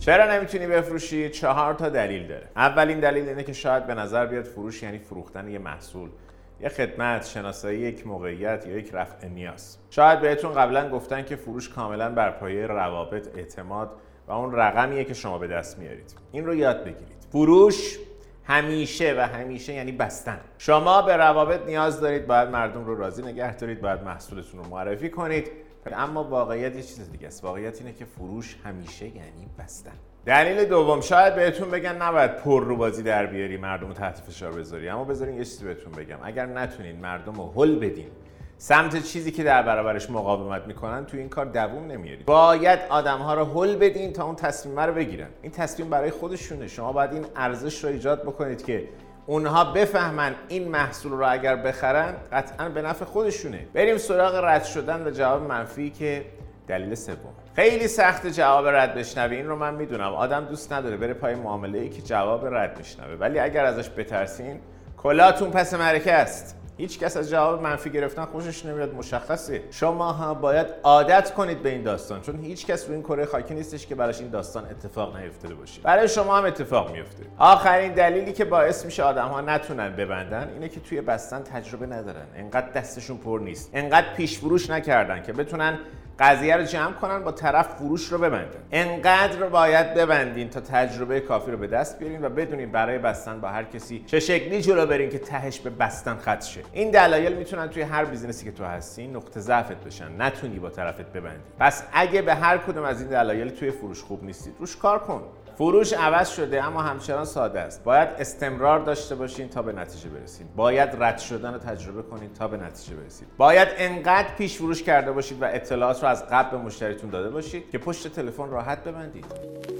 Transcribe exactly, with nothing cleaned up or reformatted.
چرا نمیتونی بفروشی؟ چهار تا دلیل داره. اولین دلیل اینه که شاید به نظر بیاد فروش یعنی فروختن یه محصول، یه خدمت، شناسایی یک موقعیت یا یک رفع نیاز. شاید بهتون قبلا گفتن که فروش کاملا بر پایه روابط، اعتماد و اون رقمیه که شما به دست میارید. این رو یاد بگیرید. فروش همیشه و همیشه یعنی بستن. شما به روابط نیاز دارید، باید مردم رو راضی نگه دارید، باید محصولتون رو معرفی کنید. اما واقعیت یه چیز دیگه است. واقعیت اینه که فروش همیشه یعنی بستن. دلیل دوم، شاید بهتون بگن نباید پر رو بازی در بیاری، مردم رو تحت فشار بذاری، اما بذارین یه چیزی بهتون بگم. اگر نتونین مردم رو هل بدین سمت چیزی که در برابرش مقاومت میکنن، تو این کار دووم نمیارید. باید آدم‌ها رو هل بدین تا اون تصمیم رو بگیرن. این تصمیم برای خودشونه. شما باید این ارزش رو ایجاد بکنید که اونها بفهمن این محصول رو اگر بخرن قطعاً به نفع خودشونه. بریم سراغ رد شدن و جواب منفی که دلیل سوم. خیلی سخت جواب رد بشنوی. این رو من میدونم. آدم دوست نداره بره پای معامله‌ای که جواب رد بشنوه، ولی اگر ازش بترسین کلاتون پس معرکه است. هیچ کس از جواب منفی گرفتن خوشش نمیاد، مشخصه. شما هم باید عادت کنید به این داستان، چون هیچ کس روی این کره خاکی نیستش که براش این داستان اتفاق نیفتاده باشه. برای شما هم اتفاق میفته. آخرین دلیلی که باعث میشه آدم‌ها نتونن ببندن اینه که توی بستن تجربه ندارن. انقدر دستشون پر نیست. انقدر پیش فروش نکردن که بتونن قضیه رو جمع کنن با طرف فروش رو ببندن. انقدر باید ببندین تا تجربه کافی رو به دست بیارین و بدونین برای بستن با هر کسی چه شکلی جلو برین که تهش به بستن ختم شه. این دلایل میتونن توی هر بیزینسی که تو هستی نقطه ضعفت بشن، نتونی با طرفت ببندی. پس اگه به هر کدوم از این دلایل توی فروش خوب نیستید، روش کار کن. فروش عوض شده اما همچنان ساده است. باید استمرار داشته باشین تا به نتیجه برسید. باید رد شدن رو تجربه کنین تا به نتیجه برسید. باید انقدر پیش فروش کرده باشید و اطلاعات رو از قبل به مشتریتون داده باشید که پشت تلفن راحت ببندید.